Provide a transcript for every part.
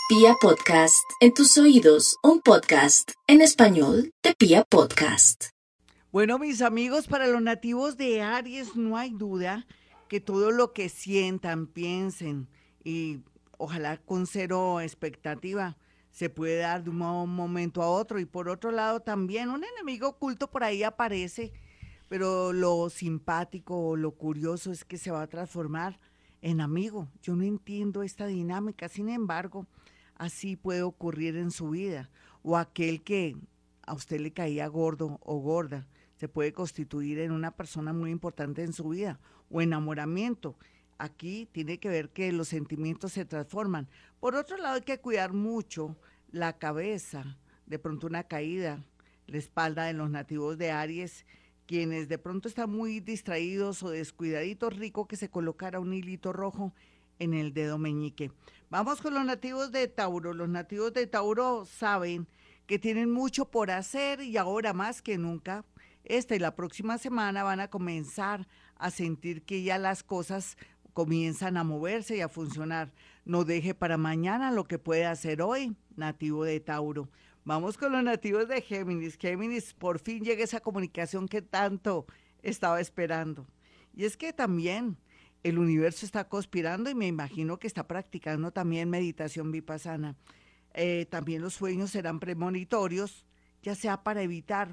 Pia Podcast, en tus oídos, un podcast en español de Pia Podcast. Bueno, mis amigos, para los nativos de Aries no hay duda que todo lo que sientan, piensen y ojalá con cero expectativa se puede dar de un momento a otro. Y por otro lado también un enemigo oculto por ahí aparece, pero lo simpático, lo curioso es que se va a transformar en amigo. Yo no entiendo esta dinámica, sin embargo, así puede ocurrir en su vida. O aquel que a usted le caía gordo o gorda se puede constituir en una persona muy importante en su vida, o enamoramiento. Aquí tiene que ver que los sentimientos se transforman. Por otro lado, hay que cuidar mucho la cabeza, de pronto una caída, la espalda de los nativos de Aries, quienes de pronto están muy distraídos o descuidaditos, rico que se colocara un hilito rojo en el dedo meñique. Vamos con los nativos de Tauro. Los nativos de Tauro saben que tienen mucho por hacer y ahora más que nunca, esta y la próxima semana van a comenzar a sentir que ya las cosas comienzan a moverse y a funcionar. No deje para mañana lo que puede hacer hoy, nativo de Tauro. Vamos con los nativos de Géminis. Géminis, por fin llega esa comunicación que tanto estaba esperando. Y es que también el universo está conspirando y me imagino que está practicando también meditación vipassana. También los sueños serán premonitorios, ya sea para evitar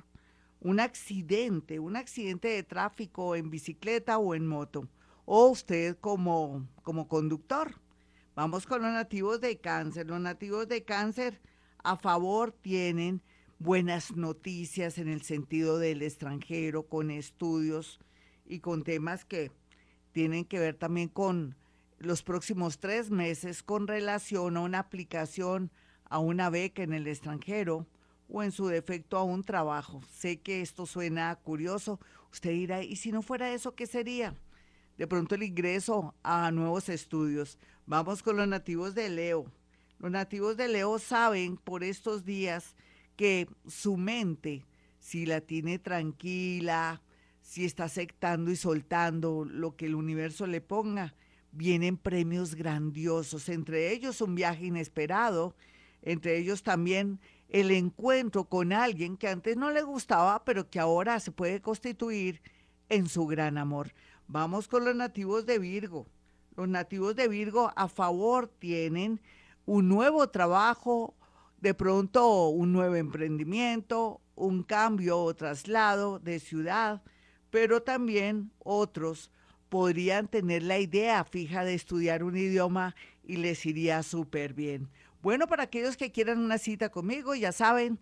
un accidente de tráfico en bicicleta o en moto, o usted como conductor. Vamos con los nativos de Cáncer. Los nativos de Cáncer a favor tienen buenas noticias en el sentido del extranjero, con estudios y con temas que tienen que ver también con los próximos 3 meses con relación a una aplicación a una beca en el extranjero o en su defecto a un trabajo. Sé que esto suena curioso. Usted dirá, ¿y si no fuera eso, qué sería? De pronto el ingreso a nuevos estudios. Vamos con los nativos de Leo. Los nativos de Leo saben por estos días que su mente, si la tiene tranquila, si está aceptando y soltando lo que el universo le ponga, vienen premios grandiosos, entre ellos un viaje inesperado, entre ellos también el encuentro con alguien que antes no le gustaba, pero que ahora se puede constituir en su gran amor. Vamos con los nativos de Virgo. Los nativos de Virgo a favor tienen un nuevo trabajo, de pronto un nuevo emprendimiento, un cambio o traslado de ciudad, pero también otros podrían tener la idea fija de estudiar un idioma y les iría súper bien. Bueno, para aquellos que quieran una cita conmigo, ya saben,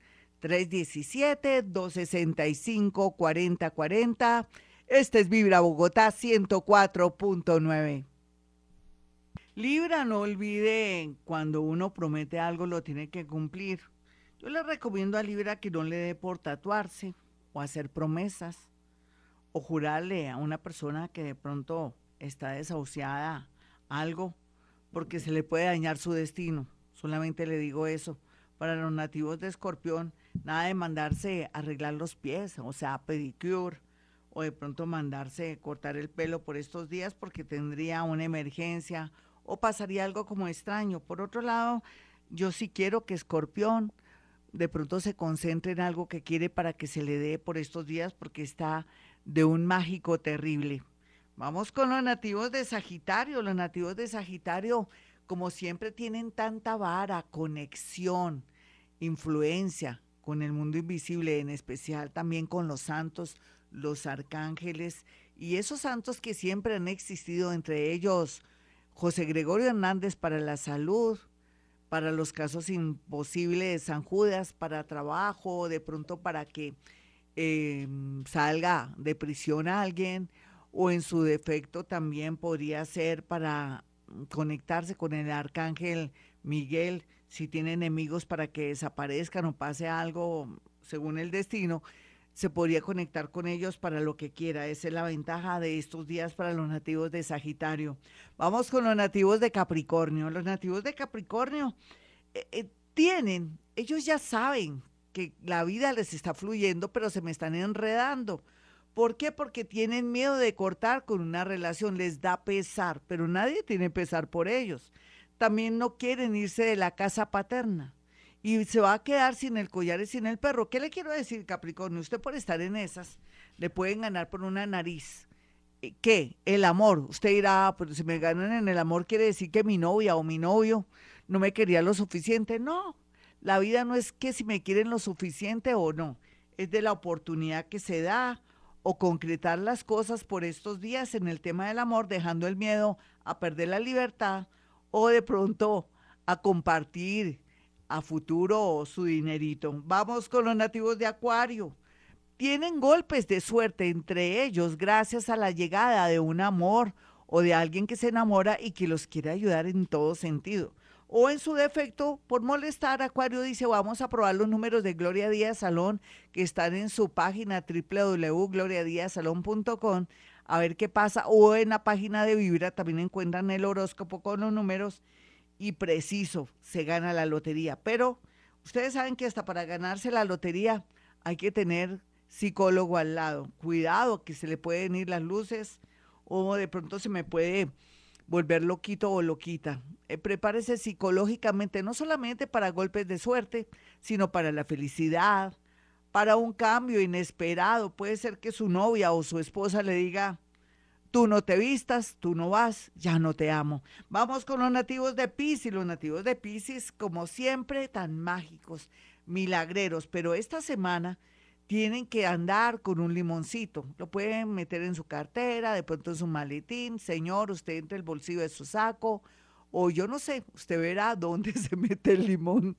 317-265-4040. Este es Vibra Bogotá 104.9. Libra, no olvide, cuando uno promete algo lo tiene que cumplir. Yo le recomiendo a Libra que no le dé por tatuarse o hacer promesas o jurarle a una persona que de pronto está desahuciada algo porque se le puede dañar su destino. Solamente le digo eso. Para los nativos de Escorpión, nada de mandarse a arreglar los pies, o sea, pedicure, o de pronto mandarse cortar el pelo por estos días porque tendría una emergencia o pasaría algo como extraño. Por otro lado, yo sí quiero que Escorpión de pronto se concentre en algo que quiere para que se le dé por estos días porque está de un mágico terrible. Vamos con los nativos de Sagitario. Los nativos de Sagitario, como siempre, tienen tanta vara, conexión, influencia con el mundo invisible, en especial también con los santos, los arcángeles y esos santos que siempre han existido, entre ellos José Gregorio Hernández para la salud, para los casos imposibles, San Judas para trabajo, de pronto para que salga de prisión a alguien, o en su defecto también podría ser para conectarse con el arcángel Miguel, si tiene enemigos para que desaparezcan o pase algo según el destino, se podría conectar con ellos para lo que quiera. Esa es la ventaja de estos días para los nativos de Sagitario. Vamos con los nativos de Capricornio. Los nativos de Capricornio ellos ya saben que la vida les está fluyendo, pero se me están enredando. ¿Por qué? Porque tienen miedo de cortar con una relación, les da pesar, pero nadie tiene pesar por ellos. también no quieren irse de la casa paterna y se va a quedar sin el collar y sin el perro. ¿Qué le quiero decir, Capricornio? Usted por estar en esas, le pueden ganar por una nariz. ¿Qué? El amor. Usted dirá, pero si me ganan en el amor quiere decir que mi novia o mi novio no me quería lo suficiente. No, la vida no es que si me quieren lo suficiente o no, es de la oportunidad que se da o concretar las cosas por estos días en el tema del amor, dejando el miedo a perder la libertad o de pronto a compartir a futuro su dinerito. Vamos con los nativos de Acuario. Tienen golpes de suerte entre ellos gracias a la llegada de un amor o de alguien que se enamora y que los quiere ayudar en todo sentido. O en su defecto, por molestar, Acuario dice, vamos a probar los números de Gloria Díaz Salón que están en su página www.gloriadiazsalon.com a ver qué pasa. O en la página de Vibra también encuentran el horóscopo con los números y preciso, se gana la lotería. Pero ustedes saben que hasta para ganarse la lotería hay que tener psicólogo al lado. Cuidado, que se le pueden ir las luces o de pronto se me puede volver loquito o loquita. Prepárese psicológicamente, no solamente para golpes de suerte, sino para la felicidad, para un cambio inesperado. Puede ser que su novia o su esposa le diga, tú no te vistas, tú no vas, ya no te amo. Vamos con los nativos de Piscis. Los nativos de Piscis, como siempre, tan mágicos, milagreros, pero esta semana tienen que andar con un limoncito. Lo pueden meter en su cartera, de pronto en su maletín. Señor, usted entre el bolsillo de su saco, o yo no sé, usted verá dónde se mete el limón.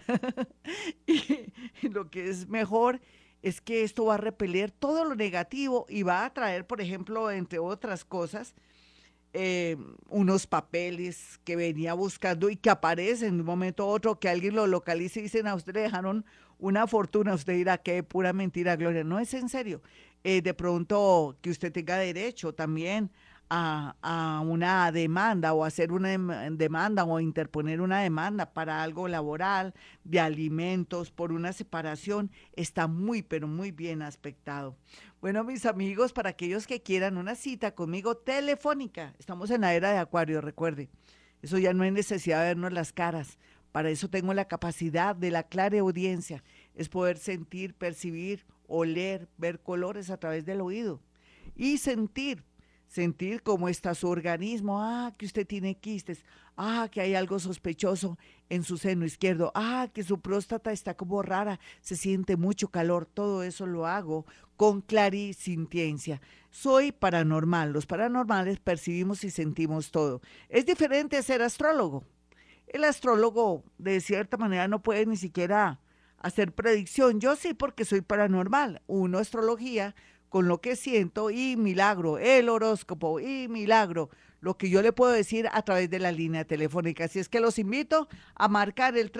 y lo que es mejor es que esto va a repeler todo lo negativo y va a traer, por ejemplo, entre otras cosas, unos papeles que venía buscando y que aparecen de un momento a otro, que alguien lo localice y dicen, a usted le dejaron una fortuna. Usted dirá, qué pura mentira, Gloria. No es en serio. De pronto que usted tenga derecho también a una demanda o hacer una demanda o interponer una demanda para algo laboral, de alimentos, por una separación, está muy, pero muy bien aspectado. Bueno, mis amigos, para aquellos que quieran una cita conmigo telefónica, estamos en la era de Acuario, recuerde, eso ya no hay necesidad de vernos las caras. Para eso tengo la capacidad de la clareaudiencia, es poder sentir, percibir, oler, ver colores a través del oído y sentir cómo está su organismo, que usted tiene quistes, que hay algo sospechoso en su seno izquierdo, que su próstata está como rara, se siente mucho calor. Todo eso lo hago con clarisintiencia. Soy paranormal, los paranormales percibimos y sentimos todo. Es diferente a ser astrólogo. El astrólogo de cierta manera no puede ni siquiera hacer predicción. Yo sí, porque soy paranormal. Uno, astrología, con lo que siento, y milagro, el horóscopo y milagro, lo que yo le puedo decir a través de la línea telefónica. Así es que los invito a marcar el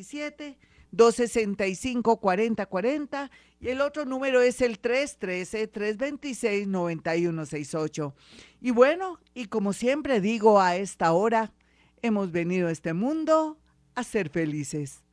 317-265-4040 y el otro número es el 313-326-9168. Y bueno, y como siempre digo a esta hora, hemos venido a este mundo a ser felices.